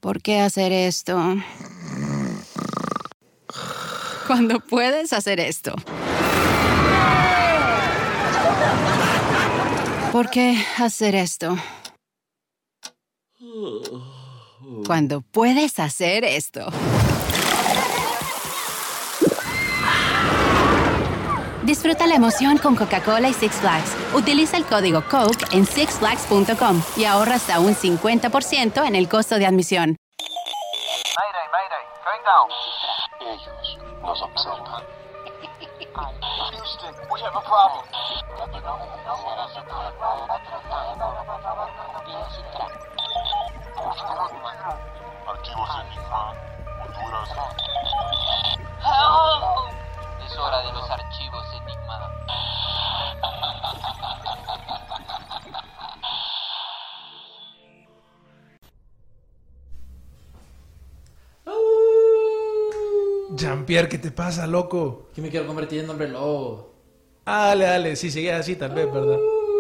¿Por qué hacer esto? Cuando puedes hacer esto. ¿Por qué hacer esto? Cuando puedes hacer esto. Disfruta la emoción con Coca-Cola y Six Flags. Utiliza el código COKE en sixflags.com y ahorra hasta un 50% en el costo de admisión. Mayday, mayday, going down. Ellos nos observan. Houston, we have a problem. Archivos Enigma, Honduras. Es hora de los archivos Enigma. Jean-Pierre, ¿qué te pasa, loco? Que me quiero convertir en hombre lobo. Dale, si sigues así tal vez, ¿verdad?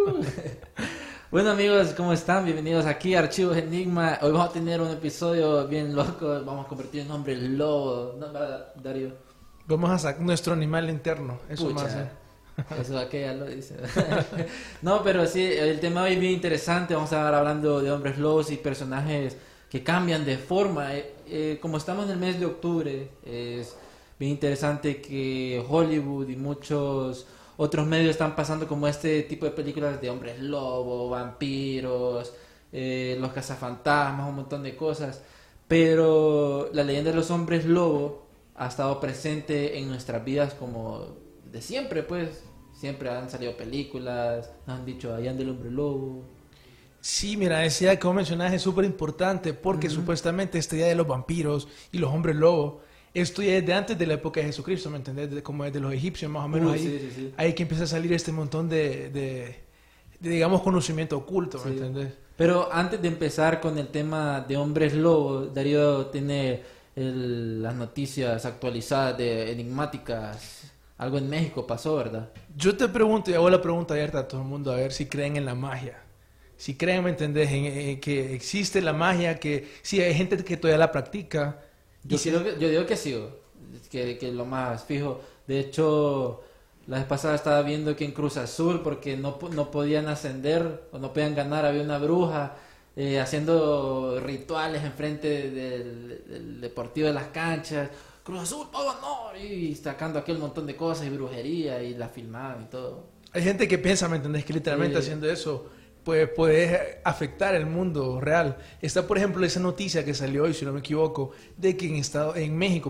Bueno, amigos, ¿cómo están? Bienvenidos aquí a Archivos Enigma. Hoy vamos a tener un episodio bien loco. Vamos a convertir en hombre lobo. ¿No, verdad, Darío? Vamos a sacar nuestro animal interno. Eso Pucha, más. Eso aquella lo dice. No, pero sí, el tema hoy es bien interesante. Vamos a estar hablando de hombres lobos y personajes que cambian de forma. Como estamos en el mes de octubre, es bien interesante que Hollywood y muchos otros medios están pasando como este tipo de películas de hombres lobo, vampiros, los cazafantasmas, un montón de cosas. Pero la leyenda de los hombres lobo ha estado presente en nuestras vidas como de siempre, pues. Siempre han salido películas, nos han dicho, allá anda el hombre lobo. Sí, mira, ese día que vos mencionás es súper importante porque supuestamente este día de los vampiros y los hombres lobos, esto ya es de antes de la época de Jesucristo, ¿me entendés? Como desde los egipcios, más o menos ahí, Sí. ahí que empieza a salir este montón de, digamos, conocimiento oculto, ¿me Sí. entendés? Pero antes de empezar con el tema de hombres lobos, Darío tiene las noticias actualizadas de enigmáticas. Algo en México pasó, ¿verdad? Yo te pregunto y hago la pregunta abierta a todo el mundo a ver si creen en la magia. Si creen, ¿me entendés? En que existe la magia, que sí hay gente que todavía la practica. Yo digo que sí, que lo más fijo. De hecho, la vez pasada estaba viendo que en Cruz Azul, porque no podían ascender o no podían ganar, había una bruja haciendo rituales enfrente del deportivo de las canchas. Cruz Azul, todo no, y sacando aquel montón de cosas y brujería y la filmaban y todo. Hay gente que piensa, ¿me entendés? Que literalmente Sí. haciendo eso pues puede afectar el mundo real. Está, por ejemplo, esa noticia que salió hoy, si no me equivoco, de que en México,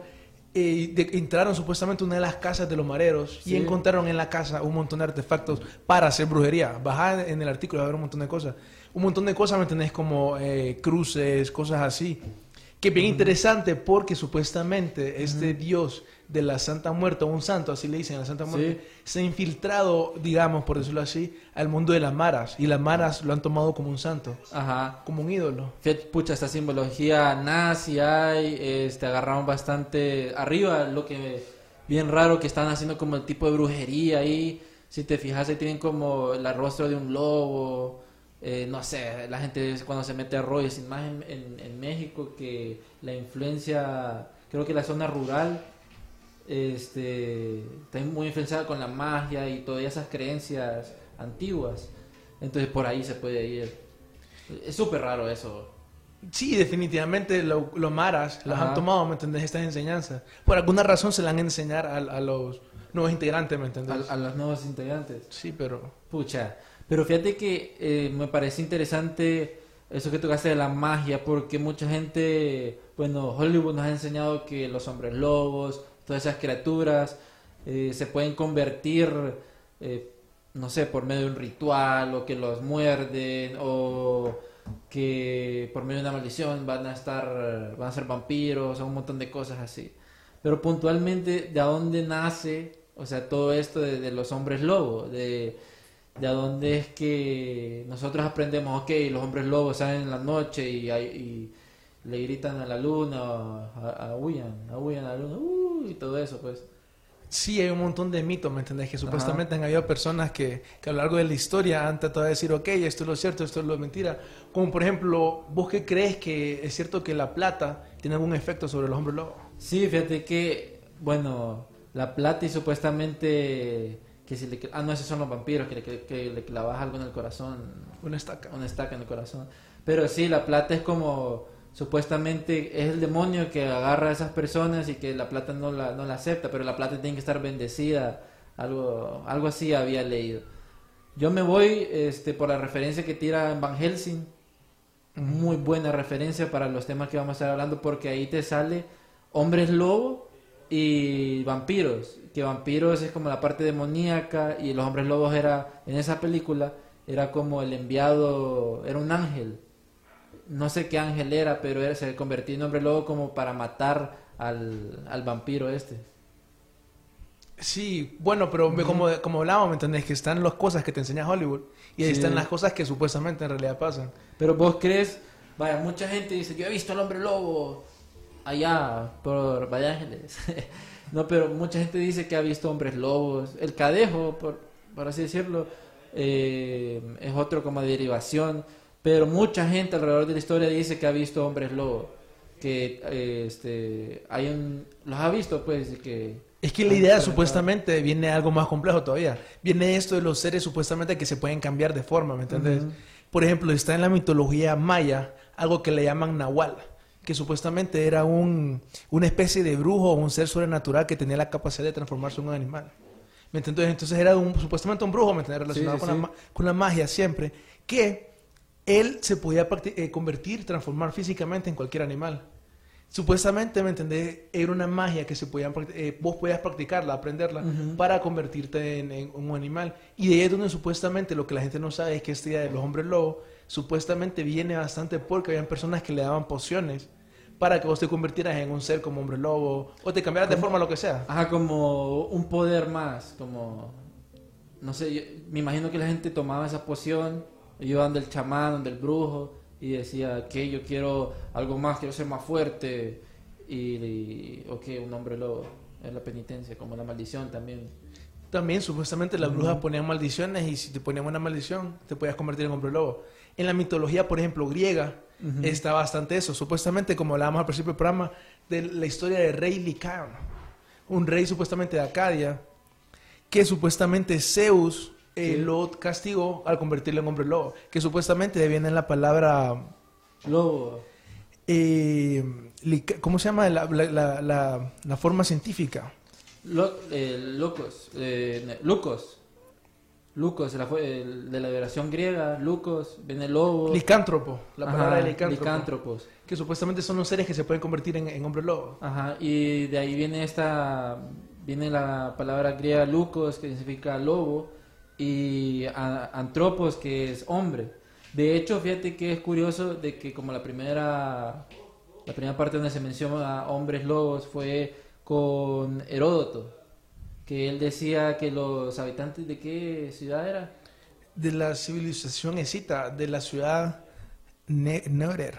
entraron supuestamente a una de las casas de los mareros Sí. y encontraron en la casa un montón de artefactos para hacer brujería. Bajá en el artículo, va a ver un montón de cosas. Un montón de cosas, ¿me entendés? Como cruces, cosas así. Que es bien interesante porque supuestamente este dios de la Santa Muerte, o un santo, así le dicen a la Santa Muerte, se ha infiltrado, digamos, por decirlo así, al mundo de las maras. Y las maras lo han tomado como un santo, Ajá. como un ídolo. Fíjate, pucha, esta simbología nazi hay, agarraron bastante arriba, lo que bien raro que están haciendo como el tipo de brujería ahí. Si te fijas, ahí tienen como el rostro de un lobo. No sé, la gente cuando se mete a rollos, y más en México, que la influencia, creo que la zona rural está muy influenciada con la magia y todas esas creencias antiguas. Entonces por ahí se puede ir. Es súper raro eso. Sí, definitivamente los maras los Ajá. han tomado, ¿me entendés? Estas enseñanzas. Por alguna razón se las han enseñar a los nuevos integrantes, ¿me entendés? A los nuevos integrantes. Sí, pero... Pucha, pero fíjate que me parece interesante eso que tocaste de la magia, porque mucha gente, bueno, Hollywood nos ha enseñado que los hombres lobos, todas esas criaturas se pueden convertir, no sé, por medio de un ritual, o que los muerden, o que por medio de una maldición van a ser vampiros, o un montón de cosas así. Pero puntualmente, ¿de dónde nace, o sea, todo esto de los hombres lobos? De a dónde es que nosotros aprendemos, ok, los hombres lobos salen en la noche y le gritan a la luna, aúllan a la luna, y todo eso, pues. Sí, hay un montón de mitos, ¿me entendés? Que supuestamente han habido personas que a lo largo de la historia han tratado de decir, ok, esto es lo cierto, esto es lo mentira. Como por ejemplo, ¿vos qué crees que es cierto que la plata tiene algún efecto sobre los hombres lobos? Sí, fíjate que, bueno, la plata y supuestamente que si le... Ah, no, esos son los vampiros, que le clavas algo en el corazón. Una estaca. Una estaca en el corazón. Pero sí, la plata es como... Supuestamente es el demonio que agarra a esas personas y que la plata no la acepta, pero la plata tiene que estar bendecida. Algo así había leído. Yo me voy por la referencia que tira en Van Helsing. Muy buena referencia para los temas que vamos a estar hablando, porque ahí te sale hombres lobo y vampiros. Que vampiros es como la parte demoníaca y los hombres lobos era, en esa película, era como el enviado, era un ángel. No sé qué ángel era, pero se convertía en hombre lobo como para matar al vampiro este. Sí, bueno, pero como hablábamos, ¿me entendés? Que están las cosas que te enseña Hollywood y ahí están las cosas que supuestamente en realidad pasan. Pero vos crees, vaya, mucha gente dice, yo he visto al hombre lobo allá por Valle Ángeles. No, pero mucha gente dice que ha visto hombres lobos. El Cadejo, por así decirlo, es otro como derivación. Pero mucha gente alrededor de la historia dice que ha visto hombres lobo, que los ha visto, pues, que es que la idea supuestamente viene algo más complejo todavía. Viene esto de los seres supuestamente que se pueden cambiar de forma, ¿me entiendes? Por ejemplo, está en la mitología maya algo que le llaman nahual, que supuestamente era una especie de brujo o un ser sobrenatural que tenía la capacidad de transformarse en un animal. ¿Me entiendes? Entonces era supuestamente un brujo, ¿me entiendes? Relacionado con la magia siempre, que él se podía convertir, transformar físicamente en cualquier animal. Supuestamente, ¿me entendés? Era una magia que vos podías practicarla, aprenderla, para convertirte en un animal. Y de ahí es donde supuestamente lo que la gente no sabe es que esta idea de los hombres lobos supuestamente viene bastante porque habían personas que le daban pociones para que vos te convirtieras en un ser como hombre lobo o te cambiaras de forma, lo que sea. Ajá, como un poder más, como... No sé, me imagino que la gente tomaba esa poción, iban del chamán, del brujo, y decía que yo quiero algo más, quiero ser más fuerte, un hombre lobo, es la penitencia, como la maldición también. También supuestamente las brujas ponían maldiciones y si te ponían una maldición te podías convertir en hombre lobo. En la mitología, por ejemplo, griega, está bastante eso. Supuestamente, como hablábamos al principio del programa, de la historia de rey Licaón, un rey supuestamente de Acadia, que supuestamente Zeus lo castigó al convertirlo en hombre lobo, que supuestamente viene en la palabra lobo. ¿Cómo se llama la forma científica? Lucos, de la liberación griega, Lucos, viene lobo. Licántropo, la palabra de licántropos. Que supuestamente son los seres que se pueden convertir en hombre lobo. Ajá, y de ahí viene la palabra griega lucos, que significa lobo, y antropos, que es hombre. De hecho, fíjate que es curioso de que como la primera parte donde se menciona a hombres lobos fue con Heródoto, que él decía que los habitantes de ¿qué ciudad era? De la civilización escita, de la ciudad Neuer.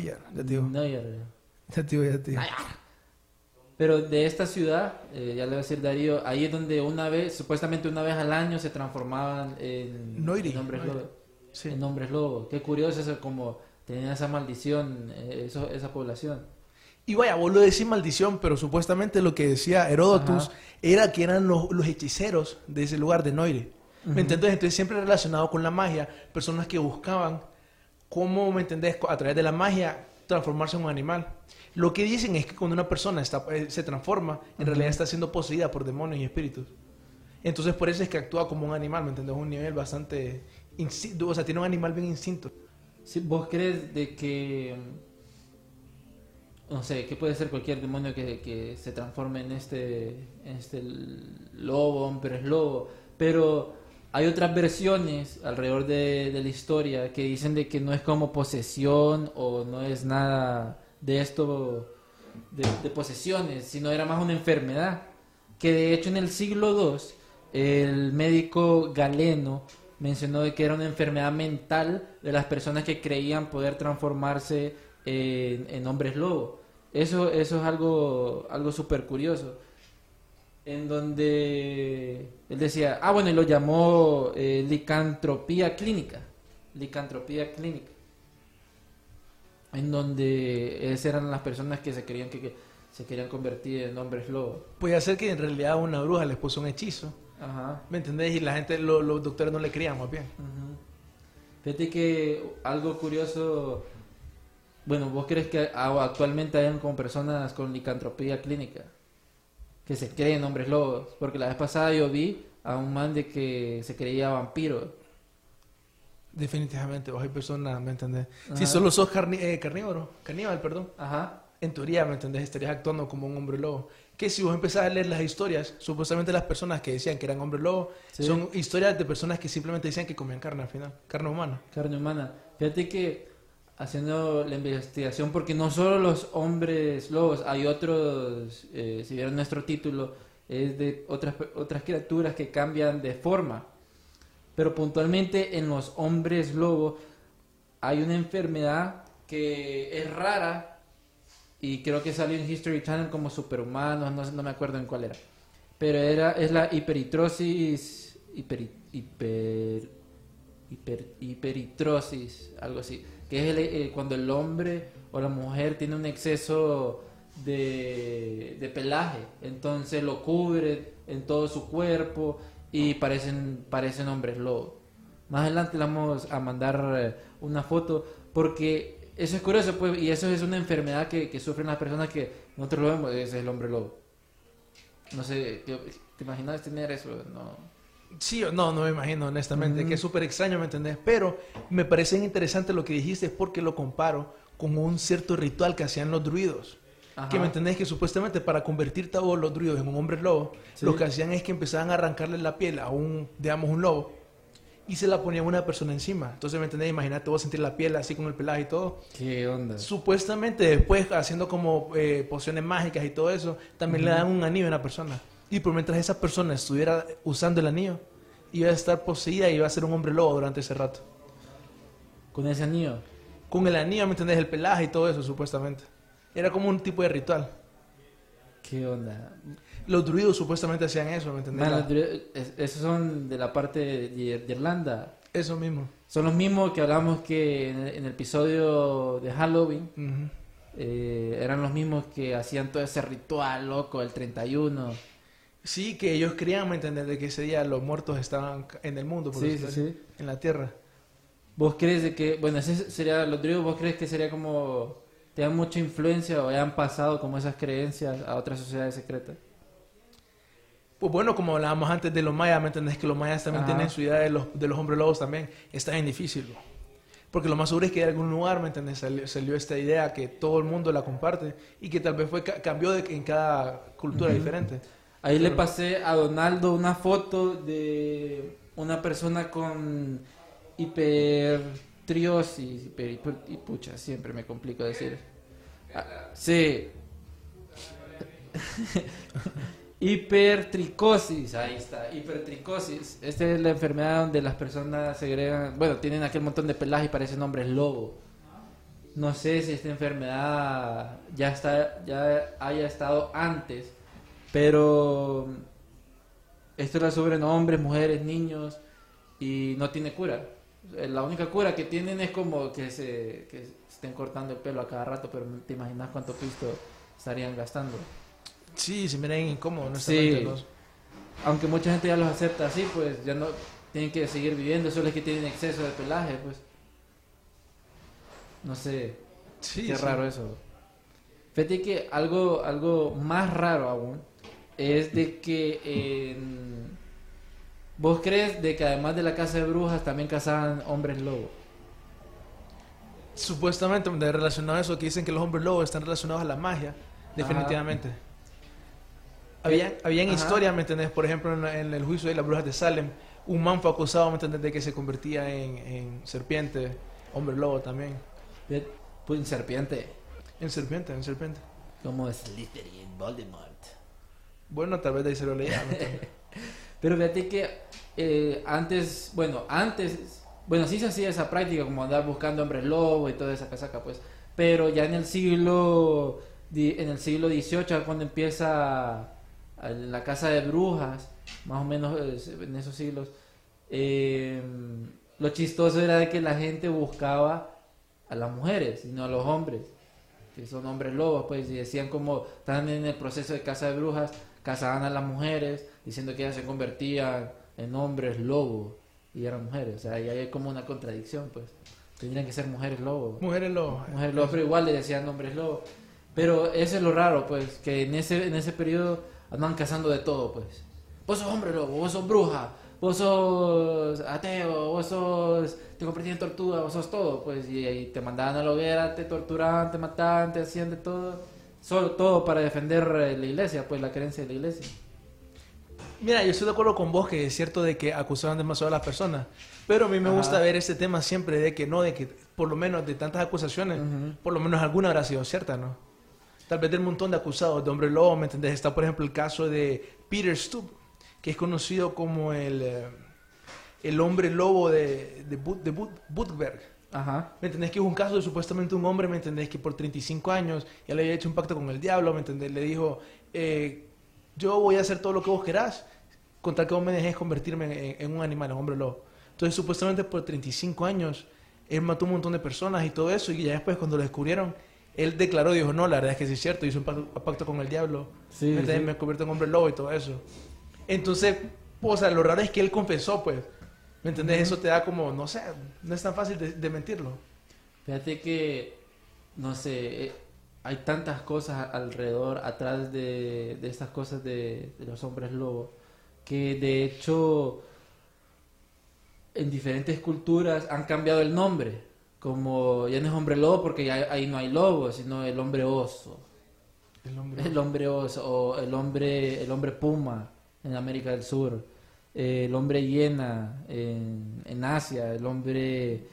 Pero de esta ciudad, ya le voy a decir Darío, ahí es donde supuestamente una vez al año se transformaban en hombres lobos. Sí. En hombres lobos. Qué curioso eso, como tenían esa maldición, esa población. Y vaya, vos lo decís maldición, pero supuestamente lo que decía Heródotus era que eran los hechiceros de ese lugar de Noire. ¿Me entendés? Entonces siempre relacionado con la magia, personas que buscaban cómo, ¿me entendés? A través de la magia transformarse en un animal. Lo que dicen es que cuando una persona se transforma, en realidad está siendo poseída por demonios y espíritus. Entonces por eso es que actúa como un animal, ¿me entendés? Un nivel bastante... o sea, tiene un animal bien instinto. Sí, ¿vos crees de que... No sé, que puede ser cualquier demonio que se transforme en este lobo, hombre lobo, pero hay otras versiones alrededor de la historia que dicen de que no es como posesión o no es nada de esto de posesiones, sino era más una enfermedad, que de hecho en el siglo II el médico Galeno mencionó de que era una enfermedad mental de las personas que creían poder transformarse en hombres lobo. Eso es algo súper curioso. en donde él decía, bueno, y lo llamó licantropía clínica, en donde esas eran las personas que se querían que se querían convertir en hombres lobo. Puede ser que en realidad una bruja les puso un hechizo, Ajá. ¿me entendés? Y la gente, los doctores no le creían más bien. Ujú. Fíjate que algo curioso, bueno, ¿vos crees que actualmente hayan como personas con licantropía clínica que se creen hombres lobos? Porque la vez pasada yo vi a un man de que se creía vampiro. Definitivamente, vos hay personas, ¿me entendés? Ajá. Si solo sos caníbal, perdón. Ajá. En teoría, ¿me entendés? Estarías actuando como un hombre lobo. Que si vos empezás a leer las historias, supuestamente las personas que decían que eran hombres lobo, Sí. son historias de personas que simplemente decían que comían carne al final, carne humana. Carne humana. Fíjate que haciendo la investigación, porque no solo los hombres lobos, hay otros, si vieron nuestro título, es de otras criaturas que cambian de forma. Pero puntualmente en los hombres lobo hay una enfermedad que es rara y creo que salió en History Channel como superhumanos, no me acuerdo en cuál era. Pero es la hiperitrosis, hiperitrosis, algo así, que es cuando el hombre o la mujer tiene un exceso de pelaje, entonces lo cubre en todo su cuerpo y parecen hombres lobo. Más adelante le vamos a mandar una foto porque eso es curioso, pues, y eso es una enfermedad que sufren las personas que nosotros lo vemos, ese es el hombre lobo. No sé, ¿te imaginas tener eso? No. Sí o no, no me imagino, honestamente, que es súper extraño, ¿me entendés? Pero me parece interesante lo que dijiste porque lo comparo con un cierto ritual que hacían los druidos. Ajá. Que me entendés que supuestamente para convertir todos los druidos en un hombre lobo, Sí. lo que hacían es que empezaban a arrancarle la piel a un lobo y se la ponía una persona encima. Entonces, ¿me entendés? Imagínate vos sentir la piel así con el pelaje y todo. ¿Qué onda? Supuestamente después, haciendo como pociones mágicas y todo eso, también le dan un anillo a una persona. Y por mientras esa persona estuviera usando el anillo, iba a estar poseída y iba a ser un hombre lobo durante ese rato. Con ese anillo. Con el anillo, ¿me entendés? El pelaje y todo eso, supuestamente. Era como un tipo de ritual. ¿Qué onda? Los druidos supuestamente hacían eso, ¿me entendés? Man, esos son de la parte de Irlanda. Eso mismo. Son los mismos que hablamos que en el episodio de Halloween. Ujú. Eran los mismos que hacían todo ese ritual loco el 31. Sí, que ellos creían, ¿me entendés? De que ese día los muertos estaban en el mundo, por Sí, decirlo sí, así, sí. en la tierra. ¿Vos crees de que, bueno, ese sería los druidos, vos crees que sería como, te dan mucha influencia o hayan pasado como esas creencias a otras sociedades secretas? Pues bueno, como hablábamos antes de los mayas, ¿me entendés? Que los mayas también Ajá. tienen su idea de los hombres lobos también. Está bien difícil, ¿no? Porque lo más seguro es que de algún lugar, ¿me entendés? Salió esta idea que todo el mundo la comparte y que tal vez cambió en cada cultura diferente. Ahí le pasé a Donaldo una foto de una persona con hipertriosis, y pucha, siempre me complico decir. Sí. Hipertricosis, ahí está, hipertricosis. Esta es la enfermedad donde las personas segregan, bueno, tienen aquel montón de pelaje y parecen hombres lobo. No sé si esta enfermedad ya haya estado antes, pero esto la sufren hombres, mujeres, niños y no tiene cura. La única cura que tienen es como que se estén cortando el pelo a cada rato, pero te imaginas cuánto pisto estarían gastando. Sí, se miran incómodos, honestamente. Sí. ¿No? Aunque mucha gente ya los acepta así, pues ya no tienen que seguir viviendo, solo es que tienen exceso de pelaje, pues. No sé, Sí, qué sí. raro eso. Fíjate que algo más raro aún es de que ¿vos crees de que además de la casa de brujas también cazaban hombres lobo? Supuestamente, relacionado a eso, que dicen que los hombres lobos están relacionados a la magia, definitivamente. Habían Ajá. historias, ¿me entendés? Por ejemplo, en el juicio de las brujas de Salem, un man fue acusado, ¿me entendés? De que se convertía en serpiente, hombre lobo también. Pues en serpiente, En serpiente. como Slytherin, Voldemort. Bueno, tal vez de ahí se lo leía, ¿me entendés? Pero fíjate que antes, sí se hacía esa práctica, como andar buscando hombres lobo y toda esa casaca, pues. Pero ya en el siglo XVIII, cuando empieza en la casa de brujas, más o menos en esos siglos, lo chistoso era de que la gente buscaba a las mujeres y no a los hombres, que son hombres lobos, pues, y decían como estaban en el proceso de casa de brujas, cazaban a las mujeres, diciendo que ellas se convertían en hombres lobos y eran mujeres, o sea, ahí hay como una contradicción, pues, tendrían que ser mujeres lobos. Mujeres lo... Mujeres lobos, pero igual le decían hombres lobos. Pero eso es lo raro, pues, que en ese periodo andaban cazando de todo, pues. Vos sos hombre lobo, vos sos bruja, vos sos ateo, vos sos... te convertías en tortuga, vos sos todo, pues. Y ahí te mandaban a la hoguera, te torturaban, te mataban, te hacían de todo. Solo todo para defender la iglesia, pues, la creencia de la iglesia. Mira, yo estoy de acuerdo con vos que es cierto de que acusaban demasiado a las personas, pero a mí me gusta ver este tema siempre de que no, de que por lo menos de tantas acusaciones, por lo menos alguna habrá sido cierta, ¿no? Tal vez del montón de acusados de hombre lobo, ¿me entendés? Está, por ejemplo, el caso de Peter Stoop, que es conocido como el hombre lobo de Budberg. Ajá. ¿Me entendés? Que es un caso de supuestamente un hombre, ¿me entendés? Que por 35 años ya le había hecho un pacto con el diablo, ¿me entendés? Le dijo, yo voy a hacer todo lo que vos querás, con tal que vos me dejes convertirme en un animal, en un hombre lobo. Entonces, supuestamente por 35 años, él mató un montón de personas y todo eso, y ya después cuando lo descubrieron, él declaró, dijo, no, la verdad es que sí es cierto, hizo un pacto con el diablo, Sí, ¿me entendés? sí. Me convierto en hombre lobo y todo eso. Entonces, o sea, lo raro es que él confesó, pues, ¿me entendés? Eso te da como, no sé, no es tan fácil de mentirlo. Fíjate que, no sé, hay tantas cosas alrededor, atrás de estas cosas de los hombres lobos, que de hecho en diferentes culturas han cambiado el nombre. Como ya no es hombre lobo porque ya ahí no hay lobo, sino el hombre oso. El hombre oso o el hombre puma en América del Sur, el hombre hiena en Asia, el hombre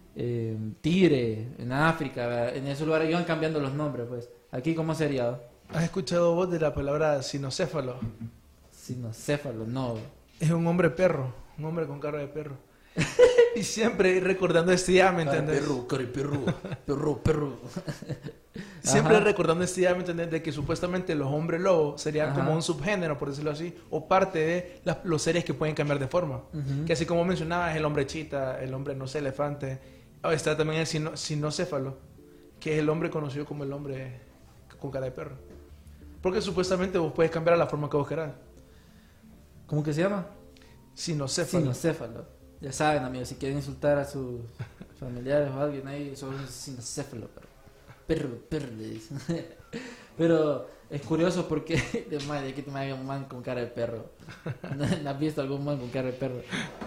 tigre en África, en esos lugares iban cambiando los nombres, pues. Aquí, ¿cómo sería? ¿Has escuchado vos de la palabra sinocéfalo? Sinocéfalo, no. Es un hombre perro, un hombre con cara de perro. Y siempre recordando este día, ¿me entendés? Perro. Siempre Ajá. recordando este día, ¿me entendés? De que supuestamente los hombres lobos serían Ajá. como un subgénero, por decirlo así, o parte de los seres que pueden cambiar de forma. Ujú. Que así como mencionabas, el hombre chita, el hombre, no sé, elefante. Está también el sinocéfalo, que es el hombre conocido como el hombre con cara de perro. Porque supuestamente vos puedes cambiar a la forma que vos querás. ¿Cómo que se llama? Sinocéfalo. Sinocéfalo. Ya saben, amigos, si quieren insultar a sus familiares o a alguien ahí, son sinocéfalo, perro, le dicen. Pero es curioso porque, de madre, aquí te me había un man con cara de perro. ¿No has visto algún man con cara de perro?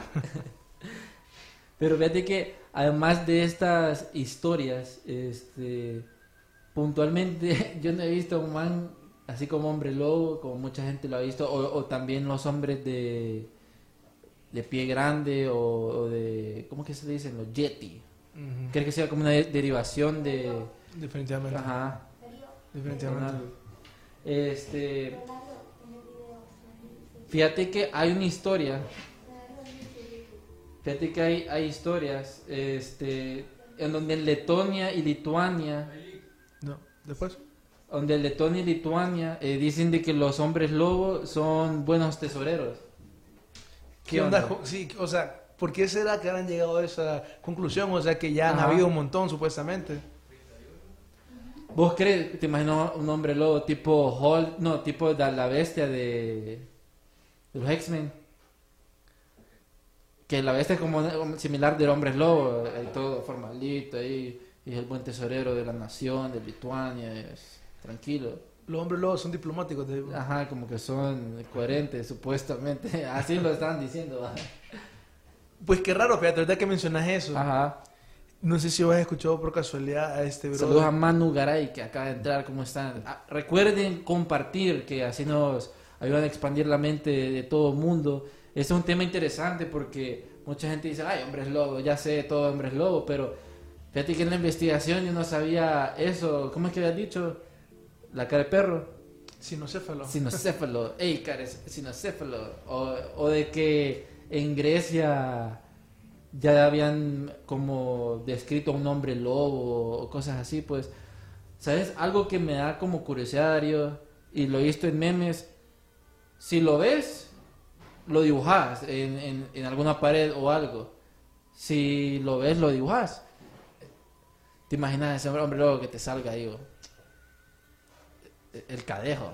Pero fíjate que, además de estas historias, puntualmente, yo no he visto a un man así como hombre lobo, como mucha gente lo ha visto, o también los hombres de pie grande o de, ¿cómo que se le dicen? Los yeti. Ujú. ¿Crees que sea como una derivación de... Definitivamente. Ajá. Definitivamente. Fíjate que hay una historia. Fíjate que hay historias en donde en Letonia y Lituania, No, después. dicen de que los hombres lobos son buenos tesoreros. ¿Qué onda? Sí, o sea, ¿por qué será que han llegado a esa conclusión? O sea, que ya han Ajá. habido un montón, supuestamente. ¿Vos crees, te imaginas un hombre lobo tipo Hulk, no, tipo de la bestia de los X-Men? Que la bestia es como similar del hombre lobo, ahí todo formalito, ahí, y es el buen tesorero de la nación, de Lituania, es tranquilo. Los hombres lobos son diplomáticos. Ajá, como que son coherentes, supuestamente, así lo están diciendo. ¿Va? Pues qué raro, fíjate, ahorita que mencionas eso. Ajá. No sé si vos has escuchado por casualidad a este brother. Saludos a Manu Garay, que acaba de entrar, ¿cómo están? Recuerden compartir, que así nos ayudan a expandir la mente de todo el mundo. Este es un tema interesante porque mucha gente dice, ay, hombres lobo, ya sé, todo hombres lobo, pero fíjate que en la investigación yo no sabía eso. ¿Cómo es que habías dicho? La cara de perro. Sinocéfalo. Sinocéfalo. Ey, cara, sinocéfalo. O de que en Grecia ya habían como descrito a un hombre lobo o cosas así, pues. ¿Sabes? Algo que me da como curiosidad, Darío, y lo he visto en memes, Si lo ves, lo dibujas en alguna pared o algo. Si lo ves, lo dibujas. ¿Te imaginas ese hombre lobo que te salga ahí? El cadejo.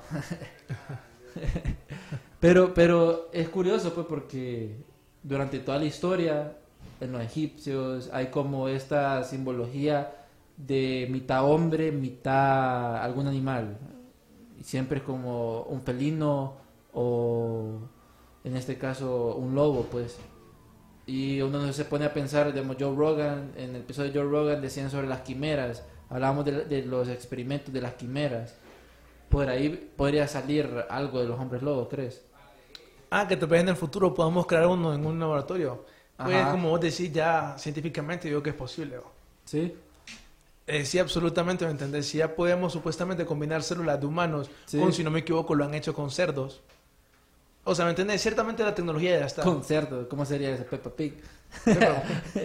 Pero es curioso, pues, porque durante toda la historia, en los egipcios, hay como esta simbología de mitad hombre, mitad algún animal. Y siempre es como un felino o, en este caso, un lobo, pues. Y uno se pone a pensar, digamos, Joe Rogan, en el episodio de Joe Rogan decían sobre las quimeras, hablábamos de los experimentos de las quimeras. Por ahí podría salir algo de los hombres lobos, ¿crees? Que tal vez en el futuro podamos crear uno en un laboratorio. Pues, Ajá. como vos decís, ya científicamente digo que es posible. ¿O? ¿Sí? Sí, absolutamente, ¿me entendés? Si ya podemos supuestamente combinar células de humanos Sí. con, si no me equivoco, lo han hecho con cerdos. O sea, ¿me entendés? Ciertamente la tecnología ya está. Concierto, ¿cómo sería ese Peppa Pig? Pero,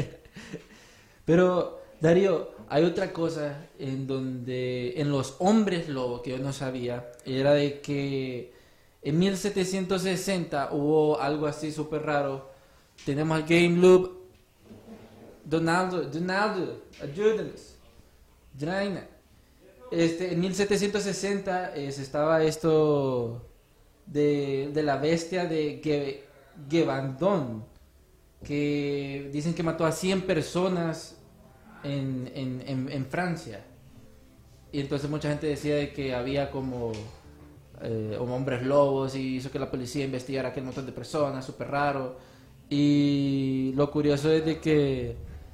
Pero, Darío, hay otra cosa en donde, en los hombres lobo, que yo no sabía, era de que en 1760 hubo algo así súper raro. Tenemos al Game Loop, Donaldo, ayúdanos, Draina. En 1760 se estaba esto de la bestia de Gevandón, que dicen que mató a 100 personas en Francia. Y entonces mucha gente decía de que había como hombres lobos y hizo que la policía investigara aquel montón de personas, súper raro. Y lo curioso es de que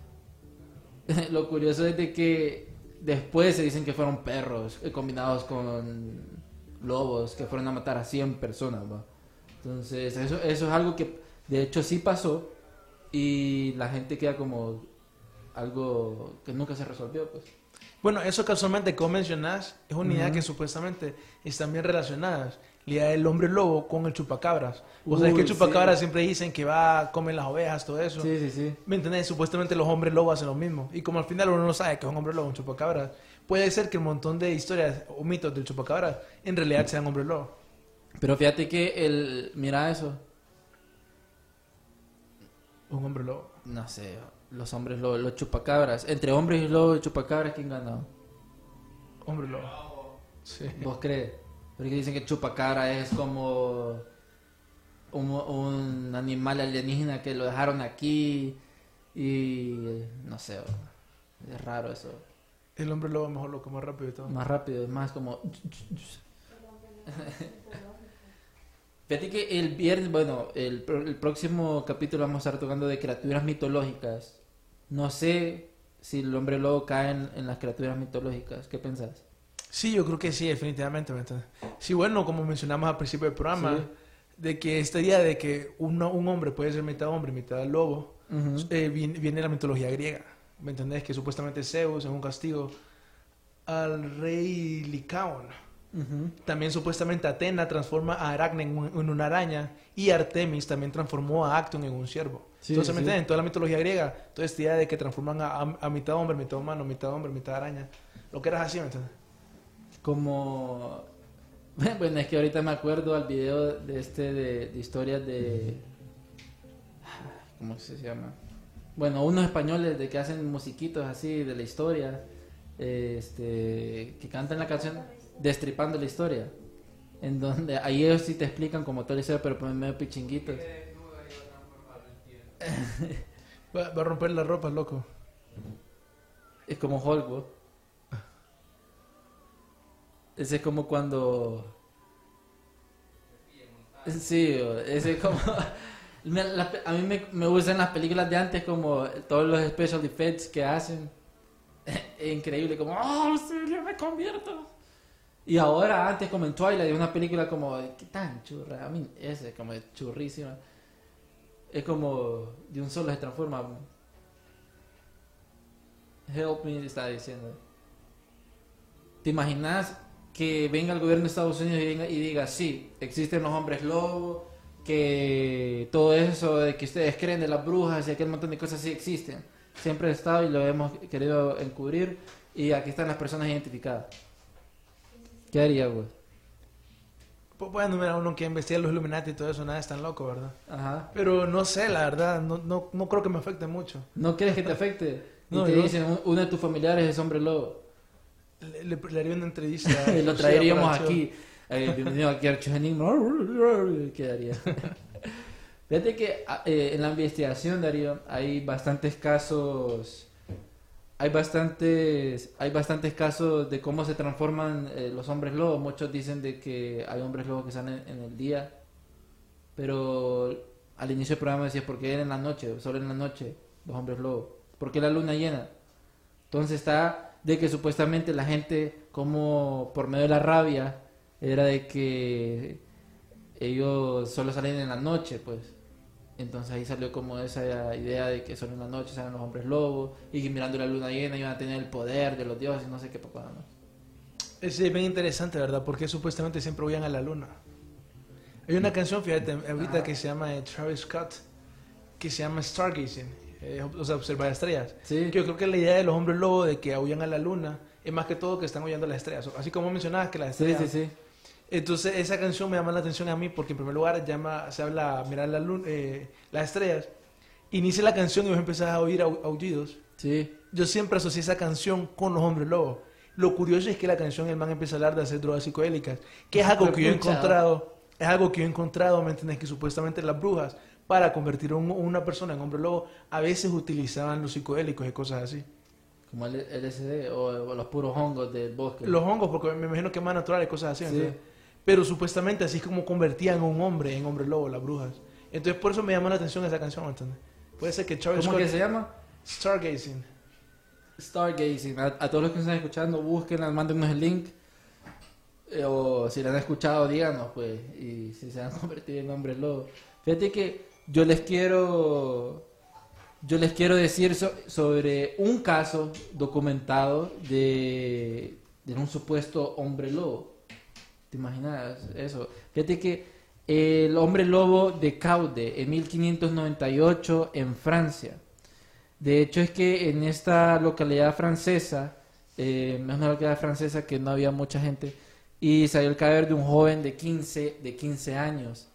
después se dicen que fueron perros combinados con lobos que fueron a matar a 100 personas, ¿va? Entonces eso es algo que de hecho sí pasó y la gente queda como algo que nunca se resolvió, pues. bueno, eso casualmente, como mencionás, es una idea que supuestamente están bien relacionadas. La idea del hombre lobo con el chupacabras. Vos sabés que el Uy, chupacabras sí. siempre dicen que va a comer las ovejas, todo eso. Sí, sí, sí. ¿Me entendés? Supuestamente los hombres lobos hacen lo mismo. Y como al final uno no sabe que es un hombre lobo, un chupacabras, puede ser que un montón de historias o mitos del chupacabras en realidad sean hombres lobos. Pero fíjate que mira eso, Un hombre lobo. no sé, los hombres lobos, los chupacabras, entre hombres y lobos y chupacabras, ¿quién ganó? Hombre lobo. Sí. ¿Vos crees? Porque dicen que chupacabra es como un animal alienígena que lo dejaron aquí y no sé, es raro eso. El hombre lobo mejor lo come rápido y todo. Más rápido, es más como... Fíjate que el viernes, bueno, el próximo capítulo vamos a estar tocando de criaturas mitológicas. No sé si el hombre lobo cae en las criaturas mitológicas. ¿Qué pensás? Sí, yo creo que sí, definitivamente. ¿Me entiendes? Sí, bueno, como mencionamos al principio del programa, Sí. de que esta idea de que un hombre puede ser mitad hombre, mitad lobo, Ujú. viene de la mitología griega. ¿Me entendés? Que supuestamente Zeus, en un castigo al rey Licaón. Ujú. También supuestamente Atena transforma a Aracne en una araña y Artemis también transformó a Acton en un ciervo. Sí, Entonces, sí. ¿me entiendes? En toda la mitología griega, toda esta idea de que transforman a mitad hombre, mitad humano, mitad hombre, mitad araña. Lo que era así, ¿me entiendes? Como... Bueno, es que ahorita me acuerdo al video de historias de... ¿Cómo se llama? Bueno, unos españoles de que hacen musiquitos así de la historia, que cantan la canción Destripando la Historia, en donde ahí ellos sí te explican como toda la historia, pero ponen medio pichinguitos. Va a romper la ropa, loco. Es como Hulk, ¿no? Ese es como cuando... Sí, ese es como... A mí me gustan las películas de antes como todos los special effects que hacen. Es increíble, como... ¡Oh, sí, yo me convierto! Y ahora, antes como en Twilight, una película como... ¿Qué tan churra? A mí ese es como churrísima. Es como... De un solo se transforma. Help me, está diciendo. ¿Te imaginas que venga el gobierno de Estados Unidos y diga, sí, existen los hombres lobos, que todo eso de que ustedes creen de las brujas y aquel montón de cosas sí existen? Siempre ha estado y lo hemos querido encubrir y aquí están las personas identificadas. ¿Qué haría, güey? Pues bueno, mira, uno que investiga los Illuminati y todo eso, nada es tan loco, ¿verdad? Ajá. Pero no sé, la verdad, no creo que me afecte mucho. ¿No quieres que te afecte? Y No, te yo- dicen, uno de tus familiares es hombre lobo. Le haría una entrevista. Y lo exclusiva traeríamos para el aquí. Bienvenido aquí a Archivos Enigma. Quedaría. Fíjate que en la investigación, Darío, hay bastantes casos. Hay bastantes casos de cómo se transforman los hombres lobos. Muchos dicen de que hay hombres lobos que salen en el día, pero al inicio del programa decías, ¿por qué en la noche? Solo en la noche los hombres lobos. ¿Por qué la luna llena? Entonces está de que supuestamente la gente, como por medio de la rabia, era de que ellos solo salen en la noche, pues. Entonces ahí salió como esa idea de que solo en la noche salen los hombres lobos y que mirando la luna llena iban a tener el poder de los dioses y no sé qué papá, ¿no? Es bien interesante, ¿verdad? Porque supuestamente siempre huían a la luna. Hay una canción, fíjate, ahorita que se llama de Travis Scott, que se llama Stargazing, o sea, observar estrellas. Sí. Que yo creo que la idea de los hombres lobos de que huyan a la luna es más que todo que están huyendo a las estrellas. Así como mencionabas que las Sí, estrellas... sí, sí. Entonces esa canción me llama la atención a mí porque en primer lugar se habla mirar la luna, las estrellas. Inicia la canción y vos empezás a oír aullidos. Sí. Yo siempre asocié esa canción con los hombres lobos. Lo curioso es que la canción el man empieza a hablar de hacer drogas psicodélicas, que es algo que yo he encontrado, ¿me entiendes? Que supuestamente las brujas, para convertir a una persona en hombre lobo, a veces utilizaban los psicodélicos y cosas así. Como el LSD o los puros hongos del bosque. Los hongos, porque me imagino que es más natural y cosas así. Sí. ¿entiendes? Pero supuestamente así es como convertían a un hombre en hombre lobo, las brujas. Entonces por eso me llamó la atención esa canción, ¿me entiendes? Puede ser que Travis ¿Cómo Scott... que se llama? Stargazing. Stargazing. A todos los que están escuchando, búsquenla, mándenos el link. O si la han escuchado, díganos, pues. Y si se han convertido en hombres lobo. Fíjate que yo les quiero decir sobre un caso documentado de un supuesto hombre lobo. ¿Te imaginas eso? Fíjate que el hombre lobo de Caude en 1598 en Francia. De hecho es que en esta localidad francesa, es una localidad francesa que no había mucha gente, y salió el cadáver de un joven de 15 años.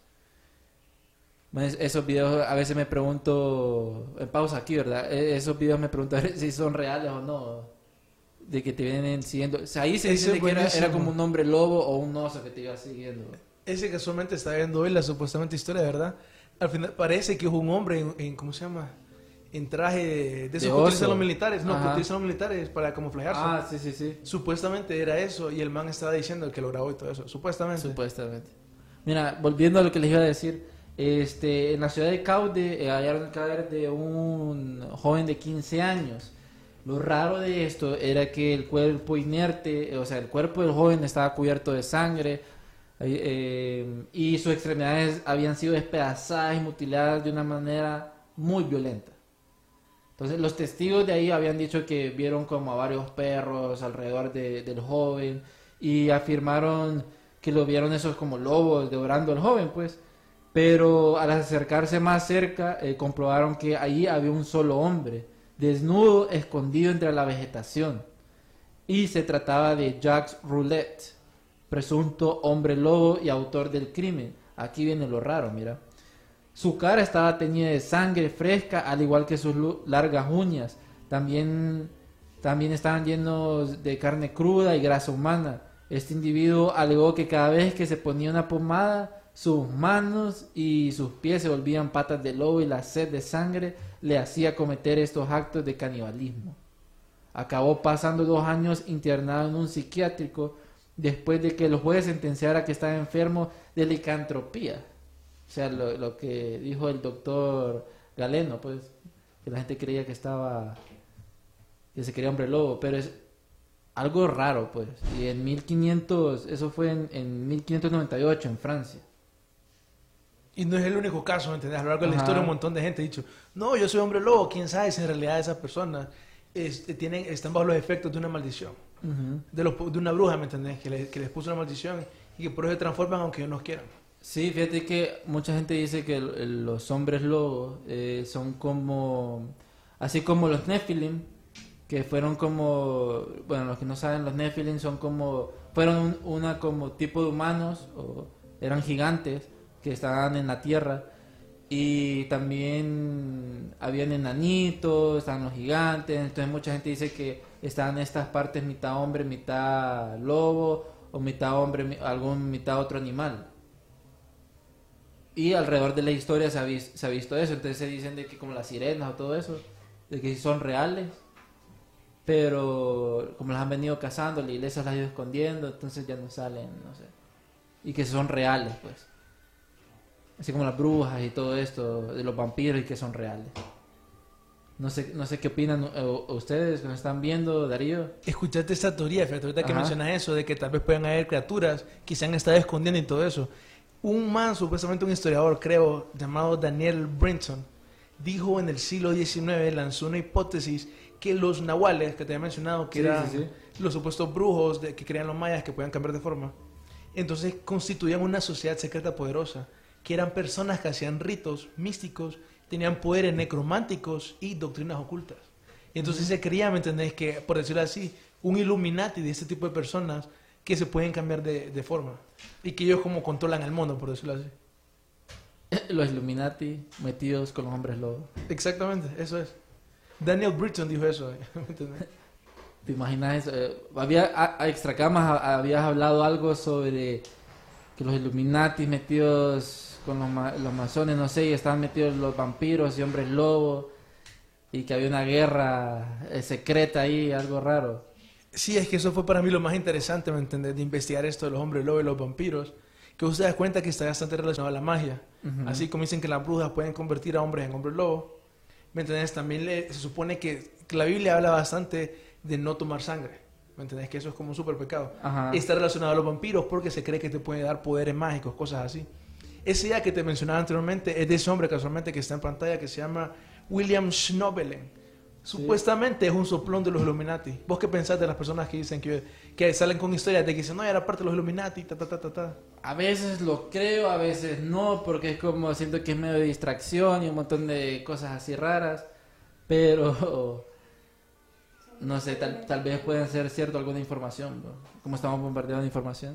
Bueno, esos videos a veces me pregunto, en pausa aquí, ¿verdad? Esos videos me pregunto a ver si son reales o no. De que te vienen siguiendo. O sea, ahí se Ese dice es que era buenísimo. como un hombre lobo o un oso que te iba siguiendo. Ese casualmente está viendo hoy la supuestamente historia, ¿verdad? Al final parece que es un hombre ¿cómo se llama? En traje de esos que oso. utilizan los militares. No, que Ajá. utilizan los militares para camuflajearse. Ah, sí, sí, sí. Supuestamente era eso y el man estaba diciendo que lo grabó y todo eso. Supuestamente. Supuestamente. Mira, volviendo a lo que les iba a decir, en la ciudad de Caude hallaron el cadáver de un joven de 15 años. Lo raro de esto era que el cuerpo inerte, o sea, el cuerpo del joven estaba cubierto de sangre y sus extremidades habían sido despedazadas y mutiladas de una manera muy violenta. Entonces los testigos de ahí habían dicho que vieron como a varios perros alrededor del joven y afirmaron que lo vieron esos como lobos devorando al joven, pues. Pero al acercarse más cerca comprobaron que allí había un solo hombre, desnudo, escondido entre la vegetación. Y se trataba de Jacques Roulette, presunto hombre lobo y autor del crimen. Aquí viene lo raro, mira. Su cara estaba teñida de sangre fresca, al igual que sus largas uñas. También estaban llenos de carne cruda y grasa humana. Este individuo alegó que cada vez que se ponía una pomada, sus manos y sus pies se volvían patas de lobo y la sed de sangre le hacía cometer estos actos de canibalismo. Acabó pasando 2 años internado en un psiquiátrico después de que el juez sentenciara que estaba enfermo de licantropía. O sea, lo que dijo el doctor Galeno, pues, que la gente creía que se quería hombre lobo, pero es algo raro, pues. Y en 1500, eso fue en 1598 en Francia. Y no es el único caso, ¿me entiendes? A lo largo de la Ajá. historia un montón de gente ha dicho, no, yo soy hombre lobo, quién sabe si en realidad esas personas están bajo los efectos de una maldición, de una bruja, ¿me entendés? Que les puso una maldición y que por eso se transforman aunque ellos no quieran. Sí, fíjate que mucha gente dice que los hombres lobos son como, así como los Nephilim, que fueron como, bueno, los que no saben, los Nephilim fueron una como tipo de humanos, eran gigantes que estaban en la tierra. Y también habían enanitos, estaban los gigantes. Entonces mucha gente dice que estaban estas partes mitad hombre, mitad lobo, o mitad hombre, mitad otro animal. Y alrededor de la historia se ha visto eso. Entonces se dicen de que como las sirenas o todo eso, de que son reales, pero como las han venido cazando, la iglesia las ha ido escondiendo, entonces ya no salen, no sé. Y que son reales, pues. Así como las brujas y todo esto, de los vampiros y que son reales. No sé qué opinan ustedes que nos están viendo, Darío. Escuchaste esta teoría, fíjate, ahorita que Ajá. mencionas eso, de que tal vez puedan haber criaturas que se han estado escondiendo y todo eso. Un man, supuestamente un historiador, creo, llamado Daniel Brinton, dijo en el siglo XIX, lanzó una hipótesis que los nahuales, que te había mencionado, que Sí, eran sí. los supuestos brujos que creían los mayas, que podían cambiar de forma, entonces constituían una sociedad secreta poderosa, que eran personas que hacían ritos místicos, tenían poderes necrománticos y doctrinas ocultas. Y entonces se creía, ¿me entendés? Que, por decirlo así, un Illuminati de este tipo de personas que se pueden cambiar de forma. Y que ellos como controlan el mundo, por decirlo así. Los Illuminati metidos con los hombres lobos. Exactamente, eso es. Daniel Britton dijo eso, ¿me entendés? ¿Te imaginas eso? A Extracamas habías hablado algo sobre que los Illuminati metidos con los masones, no sé, y estaban metidos los vampiros y hombres lobos, y que había una guerra secreta ahí, algo raro. Sí, es que eso fue para mí lo más interesante, ¿me entendés? De investigar esto de los hombres lobo y los vampiros. Que usted da cuenta que está bastante relacionado a la magia. Ujú. Así como dicen que las brujas pueden convertir a hombres en hombres lobo. ¿Me entendés? También se supone que la Biblia habla bastante de no tomar sangre. ¿Me entendés? Que eso es como un super pecado. Ajá. Está relacionado a los vampiros porque se cree que te puede dar poderes mágicos, cosas así. Ese día que te mencionaba anteriormente es de ese hombre casualmente que está en pantalla que se llama William Schnobelen. Supuestamente es un soplón de los Illuminati. ¿Vos qué pensás de las personas que dicen que salen con historias de que dicen, no, era parte de los Illuminati, ta, ta, ta, ta, ta? A veces lo creo, a veces no, porque es como siento que es medio de distracción y un montón de cosas así raras, pero no sé, tal vez pueden ser cierto alguna información, ¿no? Como estamos bombardeando de información.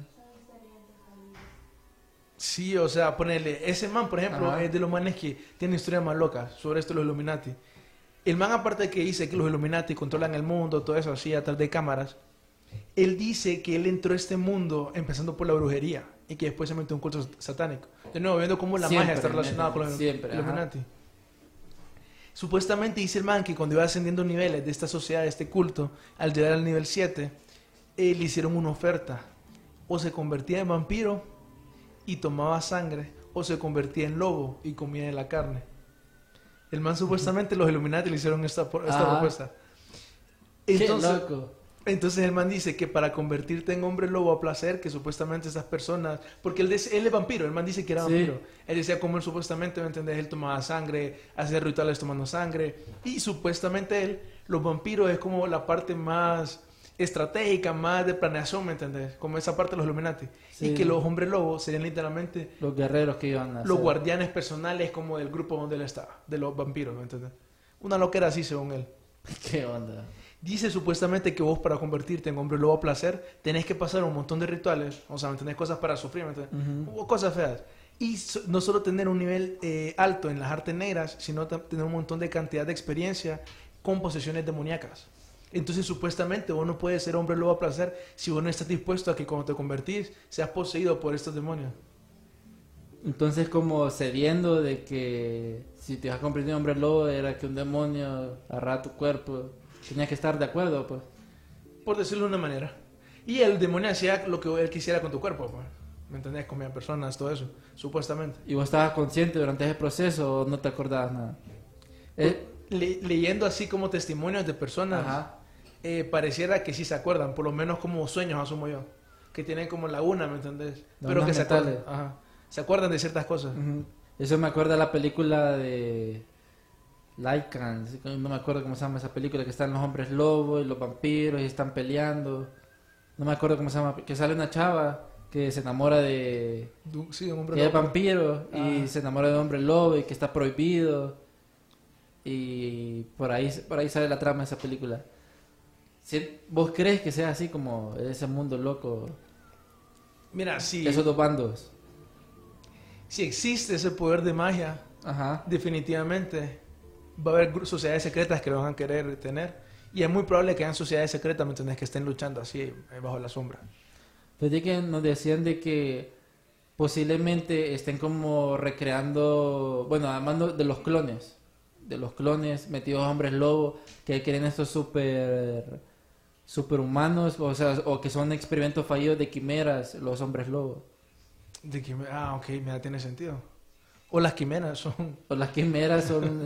Sí, o sea, ponerle, ese man, por ejemplo, Ajá. es de los manes que tienen historias más locas sobre esto de los Illuminati. El man, aparte de que dice que los Illuminati controlan el mundo, todo eso así, atrás de cámaras, él dice que él entró a este mundo empezando por la brujería y que después se metió en un culto satánico. De nuevo, viendo cómo la Siempre, magia está relacionada con los siempre, ajá. Illuminati. Supuestamente dice el man que cuando iba ascendiendo niveles de esta sociedad, de este culto, al llegar al nivel 7, le hicieron una oferta. O se convertía en vampiro y tomaba sangre, o se convertía en lobo y comía de la carne. El man supuestamente los Illuminati le hicieron esta propuesta. Qué loco. Entonces el man dice que para convertirte en hombre lobo a placer, que supuestamente esas personas, porque él es vampiro, el man dice que era Sí. vampiro. Él decía como él supuestamente, ¿me entendés? Él tomaba sangre, hacía rituales tomando sangre, y supuestamente los vampiros es como la parte más estratégica, más de planeación, ¿me entendés? Como esa parte de los Illuminati. Sí. Y que los hombres lobos serían literalmente Los guerreros que iban a los hacer. guardianes personales como del grupo donde él estaba, de los vampiros, ¿me entendés? Una loquera así según él. ¿Qué onda? Dice supuestamente que vos para convertirte en hombre lobo a placer tenés que pasar un montón de rituales, o sea, ¿me entendés? Cosas para sufrir, ¿me entendés? Ujú. Cosas feas. Y no solo tener un nivel alto en las artes negras, sino tener un montón de cantidad de experiencia con posesiones demoníacas. Entonces supuestamente vos no puedes ser hombre lobo a placer si vos no estás dispuesto a que cuando te convertís seas poseído por estos demonios. Entonces como cediendo de que si te vas a convertir en hombre lobo era que un demonio agarraba tu cuerpo, tenías que estar de acuerdo, pues. Por decirlo de una manera. Y el demonio hacía lo que él quisiera con tu cuerpo, pues. ¿Me entendés? Comía personas, todo eso, supuestamente. ¿Y vos estabas consciente durante ese proceso o no te acordabas nada? Leyendo así como testimonios de personas, Ajá. Pareciera que sí se acuerdan, por lo menos como sueños, asumo yo. Que tienen como laguna, ¿me entendés? Pero Lagunas que se acuerdan. mentales. Ajá. Se acuerdan de ciertas cosas. Ujú. Eso me acuerda de la película de Lycan, no me acuerdo cómo se llama esa película, que están los hombres lobos y los vampiros y están peleando. No me acuerdo cómo se llama, que sale una chava que se enamora de... Sí, un hombre que es lobo. vampiro y Ah. se enamora de un hombre lobo y que está prohibido. Y por ahí sale la trama de esa película. ¿Vos crees que sea así como ese mundo loco? Mira, sí. Esos dos bandos. si existe ese poder de magia, Ajá. definitivamente va a haber sociedades secretas que lo van a querer tener. Y es muy probable que hayan sociedades secretas, ¿me entendés? Que estén luchando así, bajo la sombra. Fíjate que nos decían de que posiblemente estén como recreando, bueno, además de los clones metidos hombres lobo, que quieren estos superhumanos, o sea, o que son experimentos fallidos de quimeras, los hombres lobo. Ok, mira, tiene sentido. O las quimeras son... O las quimeras son...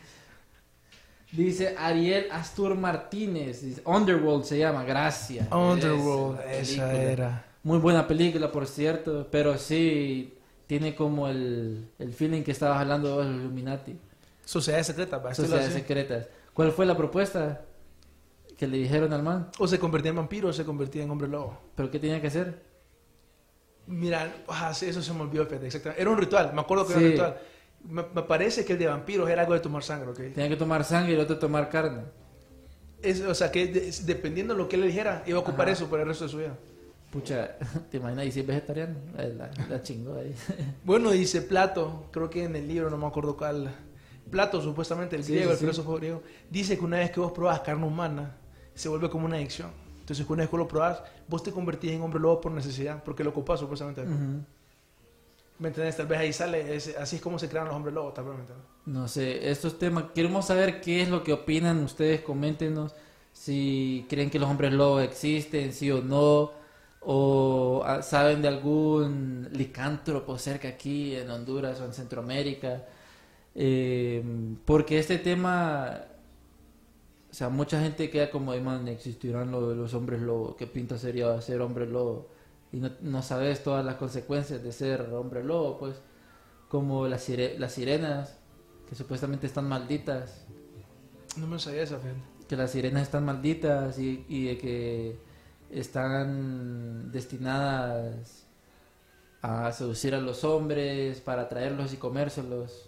Dice Ariel Astur Martínez, dice, Underworld se llama, gracias. Underworld, Esa esa película. era. Muy buena película, por cierto, pero sí tiene como el feeling que estabas hablando de los Illuminati. Sociedades secretas, para decirlo Sociedades así. secretas. ¿Cuál fue la propuesta que le dijeron al man? O se convertía en vampiro o se convertía en hombre lobo. ¿Pero qué tenía que hacer? Mira, sí, eso se me olvidó, fíjate, exactamente. Era un ritual, me acuerdo que era Sí. un ritual. Me parece que el de vampiros era algo de tomar sangre, ¿ok? Tenía que tomar sangre y el otro tomar carne. O sea, que dependiendo de lo que él le dijera, iba a ocupar Ajá. eso por el resto de su vida. Pucha, ¿te imaginas? ¿Y si es vegetariano? La chingó ahí. Bueno, dice Plato, creo que en el libro, no me acuerdo cuál. Plato, supuestamente, el Sí, griego, sí, el sí. filósofo griego, dice que una vez que vos probás carne humana, se vuelve como una adicción. Entonces, una vez que lo probás, vos te convertís en hombre lobo por necesidad, porque lo ocupás, supuestamente. Ujú. ¿Me entendés? Tal vez ahí sale, así es como se crean los hombres lobos, tal vez, ¿me entendés? No sé, estos temas, queremos saber qué es lo que opinan ustedes, coméntenos si creen que los hombres lobo existen, sí o no, o saben de algún licántropo cerca aquí en Honduras o en Centroamérica, porque este tema, o sea, mucha gente queda como, man, existirán los hombres lobo, qué pinta sería ser hombre lobo, y no sabes todas las consecuencias de ser hombre lobo, pues, como las sirenas, que supuestamente están malditas, No me sabía esa, fíjate. que las sirenas están malditas y de que están destinadas a seducir a los hombres para atraerlos y comérselos.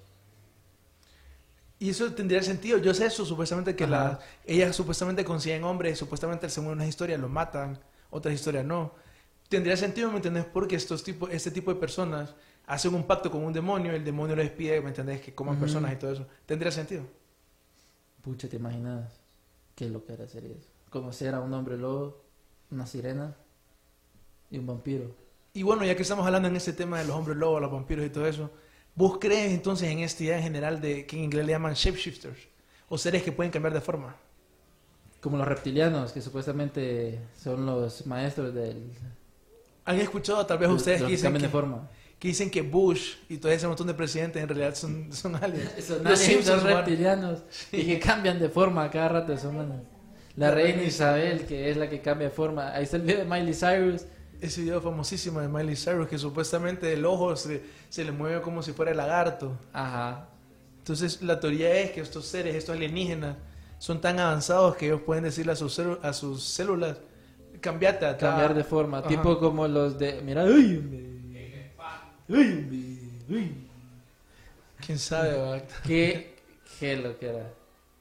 Y eso tendría sentido. Yo sé eso, supuestamente que Ajá. ellas supuestamente consiguen hombres, supuestamente según unas historias lo matan, otras historias no. Tendría sentido, ¿me entendés? Porque este tipo de personas hacen un pacto con un demonio, el demonio les pide, ¿me entendés? Que coman Ujú. personas y todo eso. Tendría sentido. Pucha, ¿te imaginas qué lo que era hacer eso? Conocer a un hombre lobo, una sirena y un vampiro. Y bueno, ya que estamos hablando en este tema de los hombres lobos, los vampiros y todo eso, ¿vos crees entonces en esta idea en general de que en inglés le llaman shapeshifters? O seres que pueden cambiar de forma. Como los reptilianos, que supuestamente son los maestros ¿Han escuchado tal vez ustedes los que que dicen cambian de que, forma? que dicen que Bush y todo ese montón de presidentes en realidad son aliens? Son Los aliens, Simpsons, son man. reptilianos y que cambian de forma a cada rato de su mano. La reina Isabel, que es la que cambia de forma. Ahí está el video de Miley Cyrus. Ese video famosísimo de Miley Cyrus que supuestamente el ojo se le mueve como si fuera el lagarto. Ajá. Entonces la teoría es que estos seres, estos alienígenas, son tan avanzados que ellos pueden decirle a sus células, cambiate a tal". Cambiar de forma. Ajá. Tipo como los de... Mira, uy, hombre. Uy, hombre. Uy. ¿Quién sabe? ¿Verdad? ¿Qué lo que era?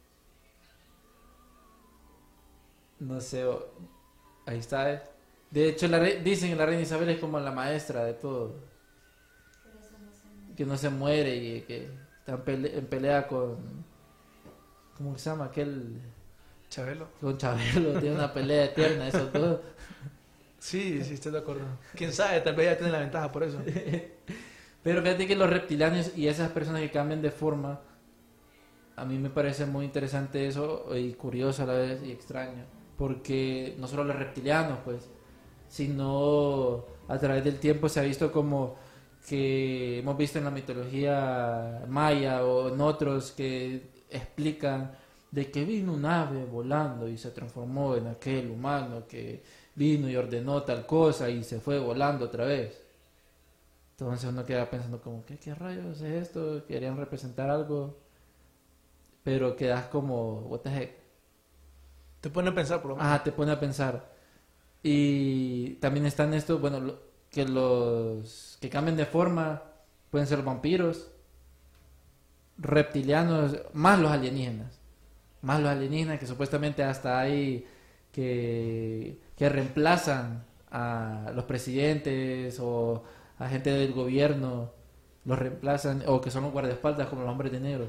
No sé. Ahí está. De hecho, dicen que la reina Isabel es como la maestra de todo. Que no se muere y que está en pelea con... ¿Cómo se llama? Aquel... Chabelo. Con Chabelo. Tiene una pelea eterna, esos dos. Sí, estoy de acuerdo. ¿Quién sabe? Tal vez ya tienen la ventaja por eso. Pero fíjate que los reptilianos y esas personas que cambian de forma, a mí me parece muy interesante eso y curioso a la vez y extraño. Porque no solo los reptilianos, pues, sino a través del tiempo se ha visto como que hemos visto en la mitología maya o en otros que explican de que vino un ave volando y se transformó en aquel humano que vino y ordenó tal cosa y se fue volando otra vez. Entonces uno queda pensando como, ¿qué rayos es esto? ¿Querían representar algo? Pero quedas como, what the heck. Te pone a pensar por lo menos. Ajá, te pone a pensar. Y también están estos, bueno, que los que cambian de forma pueden ser vampiros, reptilianos, más los alienígenas. Más los alienígenas que supuestamente hasta hay que reemplazan a los presidentes o a gente del gobierno los reemplazan, o que son los guardaespaldas como los hombres de negro.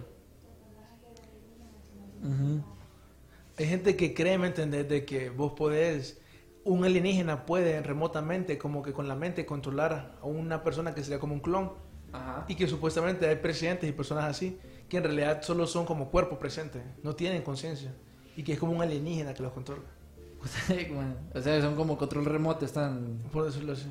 Ujú. Hay gente que cree, ¿me entendés? De que vos podés, un alienígena puede remotamente, como que con la mente, controlar a una persona que sería como un clon. Ajá. Y que supuestamente hay presidentes y personas así, que en realidad solo son como cuerpo presente, no tienen conciencia. Y que es como un alienígena que los controla. Bueno, o sea, son como control remoto, están... Por decirlo así.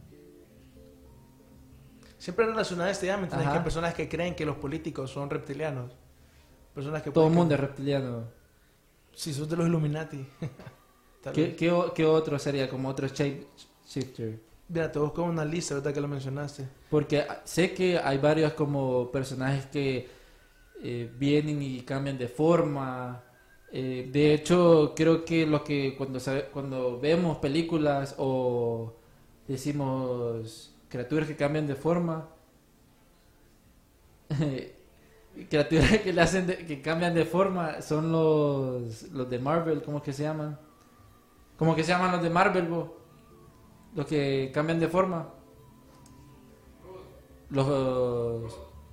Siempre relacionado a este tema, ¿me entiendes? Ajá. Que hay personas que creen que los políticos son reptilianos. Personas que Todo el pueden- mundo es reptiliano. Si sos de los Illuminati. Tal vez. ¿Qué otro sería como otro shapeshifter? Mira, te busco una lista ahorita que lo mencionaste. Porque sé que hay varios como personajes que vienen y cambian de forma. De hecho, creo que lo que cuando vemos películas o decimos criaturas que cambian de forma, criaturas que le hacen que cambian de forma son los de Marvel, ¿cómo que se llaman? ¿Cómo que se llaman los de Marvel, bo? Los que cambian de forma. Los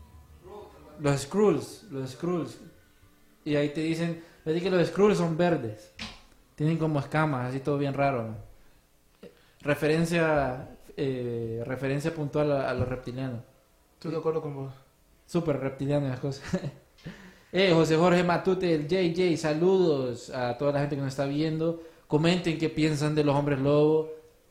Skrulls. Y ahí te dicen, ves que los Skrulls son verdes. Tienen como escamas, así todo bien raro, ¿no? Referencia puntual a los reptilianos. Estoy de acuerdo con vos. Súper reptiliano las cosas. José Jorge Matute, el JJ, saludos a toda la gente que nos está viendo. Comenten qué piensan de los hombres lobo.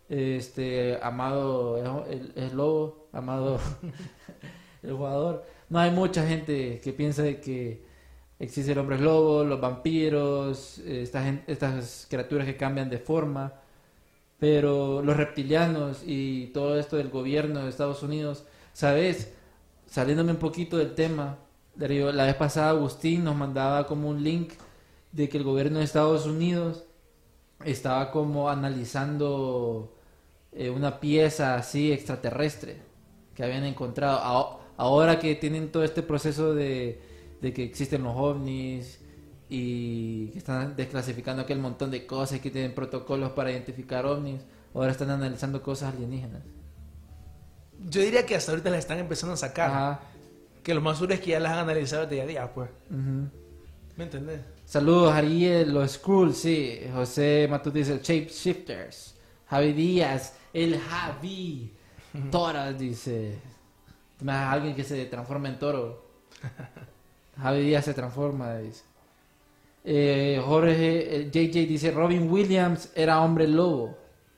Amado es lobo, Amado el jugador. No, hay mucha gente que piensa de que existe el hombre lobo, los vampiros, estas criaturas que cambian de forma. Pero los reptilianos y todo esto del gobierno de Estados Unidos, ¿sabes? Saliéndome un poquito del tema, Darío, la vez pasada Agustín nos mandaba como un link de que el gobierno de Estados Unidos estaba como analizando una pieza así extraterrestre que habían encontrado. Ahora que tienen todo este proceso de que existen los ovnis y que están desclasificando aquel montón de cosas, que tienen protocolos para identificar ovnis, ahora están analizando cosas alienígenas. Yo diría que hasta ahorita las están empezando a sacar. Ajá. Que lo más seguro es que ya las han analizado de día a día, pues. Ujú. ¿Me entendés? Saludos, Ariel, los Skrulls, sí. José Matut dice, Shapeshifters. Javi Díaz, el Javi. Toras, dice. Alguien que se transforma en toro. Javi Díaz se transforma, dice. Jorge, JJ dice, Robin Williams era hombre lobo.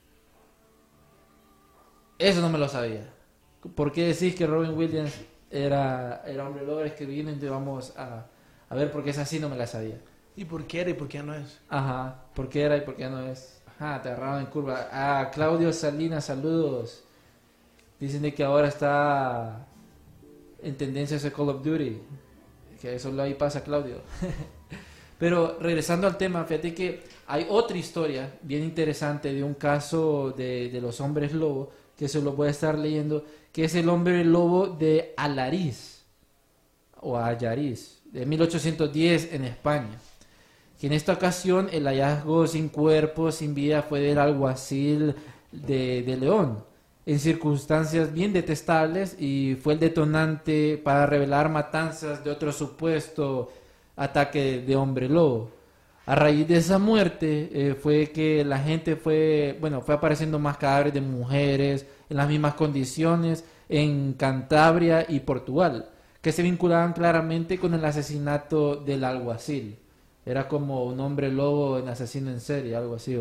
Eso no me lo sabía. ¿Por qué decís que Robin Williams era hombre lobo? Es que vino y vamos a ver, porque es así, no me la sabía. ¿Y por qué era y por qué no es? Ajá, ¿por qué era y por qué no es? Ajá, te agarraron en curva. Ah, Claudio Salinas, saludos. Dicen de que ahora está en tendencia ese Call of Duty. Que solo ahí pasa, Claudio. Pero regresando al tema, fíjate que hay otra historia bien interesante de un caso de los hombres lobo, que se lo voy a estar leyendo, que es el hombre lobo de Alariz, o Allariz, de 1810 en España. Que en esta ocasión el hallazgo sin cuerpo, sin vida, fue del alguacil de León, en circunstancias bien detestables, y fue el detonante para revelar matanzas de otro supuesto ataque de hombre lobo. A raíz de esa muerte fue que la gente fue apareciendo más cadáveres de mujeres en las mismas condiciones en Cantabria y Portugal, que se vinculaban claramente con el asesinato del alguacil. Era como un hombre lobo en asesino en serie, algo así.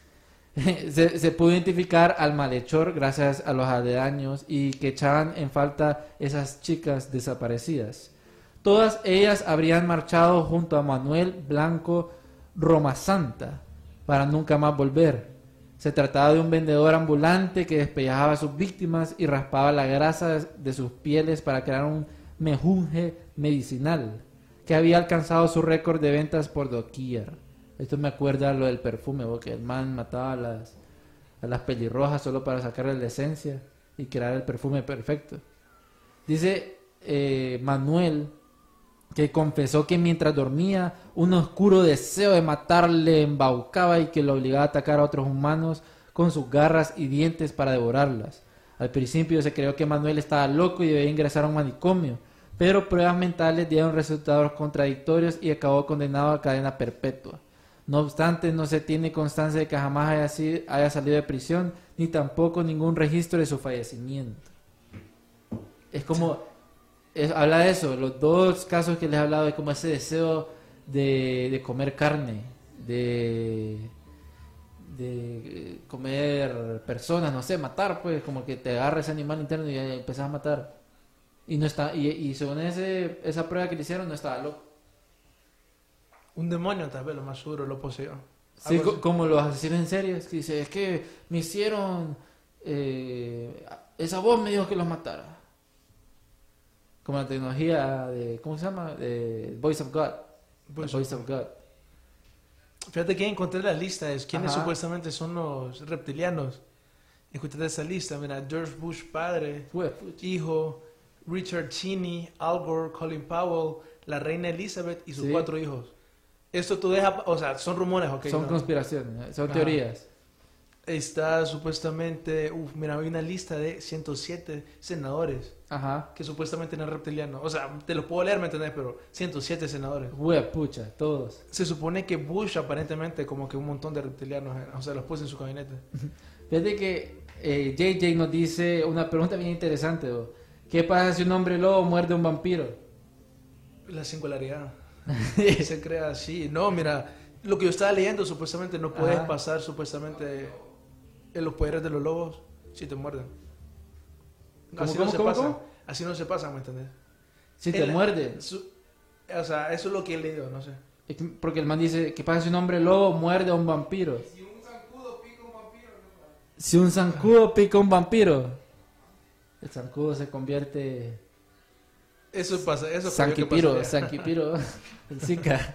Se pudo identificar al malhechor gracias a los aledaños y que echaban en falta esas chicas desaparecidas. Todas ellas habrían marchado junto a Manuel Blanco Romasanta para nunca más volver. Se trataba de un vendedor ambulante que despellejaba a sus víctimas y raspaba la grasa de sus pieles para crear un mejunje medicinal que había alcanzado su récord de ventas por doquier. Esto me acuerda a lo del perfume, porque el man mataba a las pelirrojas solo para sacarle la esencia y crear el perfume perfecto. Dice Manuel que confesó que mientras dormía un oscuro deseo de matarle embaucaba y que lo obligaba a atacar a otros humanos con sus garras y dientes para devorarlas. Al principio se creyó que Manuel estaba loco y debía ingresar a un manicomio, pero pruebas mentales dieron resultados contradictorios y acabó condenado a cadena perpetua. No obstante, no se tiene constancia de que jamás haya salido de prisión, ni tampoco ningún registro de su fallecimiento. Es como, habla de eso, los dos casos que les he hablado, es como ese deseo de comer carne, de comer personas, no sé, matar, pues, como que te agarra ese animal interno y empezás a matar. Y no está, y según esa prueba que le hicieron, no estaba loco. Un demonio, tal vez, lo más seguro, lo poseyó. Sí, como los asesinos en serie, es que dice, es que me hicieron, esa voz me dijo que los matara. Como la tecnología de, ¿cómo se llama? De Voice of God. Voice of God. Fíjate que encontré la lista de quiénes Ajá. supuestamente son los reptilianos. Encontré esa lista, mira, George Bush padre, hijo, Richard Cheney, Al Gore, Colin Powell, la reina Elizabeth y sus 4 hijos. Esto tú deja, o sea, son rumores, ¿ok? Son conspiraciones, son teorías. Está supuestamente, mira, hay una lista de 107 senadores. Ajá. Que supuestamente eran reptilianos. O sea, te los puedo leer, ¿me entendés? Pero 107 senadores. Pucha, todos. Se supone que Bush aparentemente como que un montón de reptilianos, o sea, los puso en su gabinete. Fíjate que JJ nos dice una pregunta bien interesante, ¿no? ¿Qué pasa si un hombre lobo muerde a un vampiro? La singularidad. Se crea así. No, mira, lo que yo estaba leyendo, supuestamente no puedes pasar supuestamente en los poderes de los lobos si te muerden. Así no se pasa. Así no se pasa, ¿me entendés? Si te muerde. O sea, eso es lo que he leído, no sé. Porque el man dice, ¿qué pasa si un hombre lobo muerde a un vampiro? Si un zancudo pica un vampiro. Si un zancudo pica un vampiro, el zancudo se convierte... Eso pasa, eso Sanquipiro, el Zika.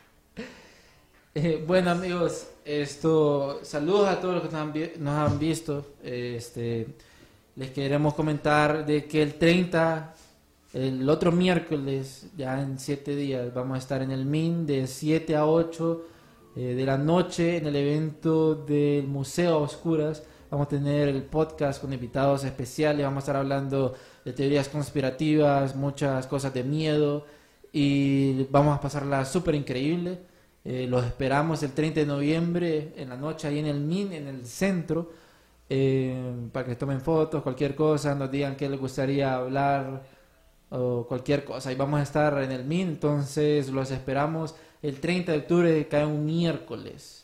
Bueno, amigos, saludos a todos los que nos han visto. Les queremos comentar de que el 30, el otro miércoles, ya en 7 días, vamos a estar en el MIN de 7 a 8 de la noche en el evento del Museo a Oscuras. Vamos a tener el podcast con invitados especiales, vamos a estar hablando de teorías conspirativas, muchas cosas de miedo y vamos a pasarla súper increíble. Los esperamos el 30 de noviembre en la noche ahí en el MIN, en el centro, para que tomen fotos, cualquier cosa, nos digan qué les gustaría hablar o cualquier cosa. Y vamos a estar en el MIN, entonces los esperamos el 30 de octubre, cae un miércoles.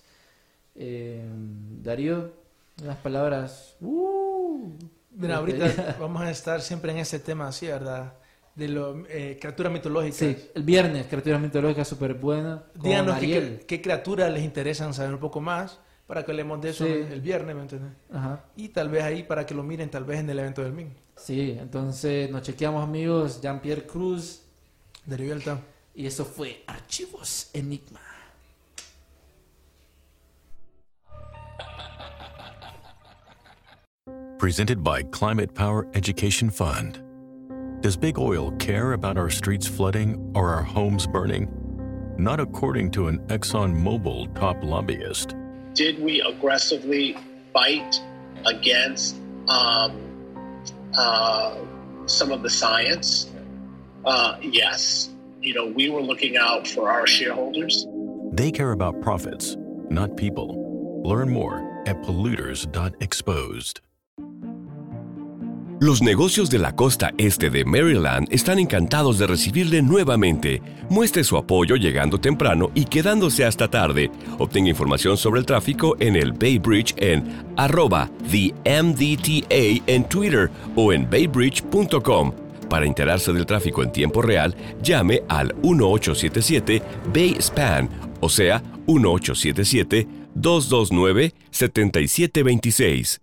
Darío, unas palabras. Mira, ahorita vamos a estar siempre en ese tema así, ¿verdad? De lo criaturas mitológicas. Sí, el viernes, criaturas mitológicas súper buena. Díganos qué criaturas les interesan saber un poco más para que hablemos de eso el viernes, ¿me entiendes? Ajá. Y tal vez ahí para que lo miren, tal vez en el evento del MIN. Sí, entonces nos chequeamos, amigos. Jean-Pierre Cruz. Darío Alta. Y eso fue Archivos Enigma. Presented by Climate Power Education Fund. Does big oil care about our streets flooding or our homes burning? Not according to an ExxonMobil top lobbyist. Did we aggressively fight against some of the science? Yes. You know, we were looking out for our shareholders. They care about profits, not people. Learn more at polluters.exposed. Los negocios de la costa este de Maryland están encantados de recibirle nuevamente. Muestre su apoyo llegando temprano y quedándose hasta tarde. Obtenga información sobre el tráfico en el Bay Bridge en @TheMDTA en Twitter o en baybridge.com. Para enterarse del tráfico en tiempo real, llame al 1877-BAY-SPAN, o sea, 1877-229-7726.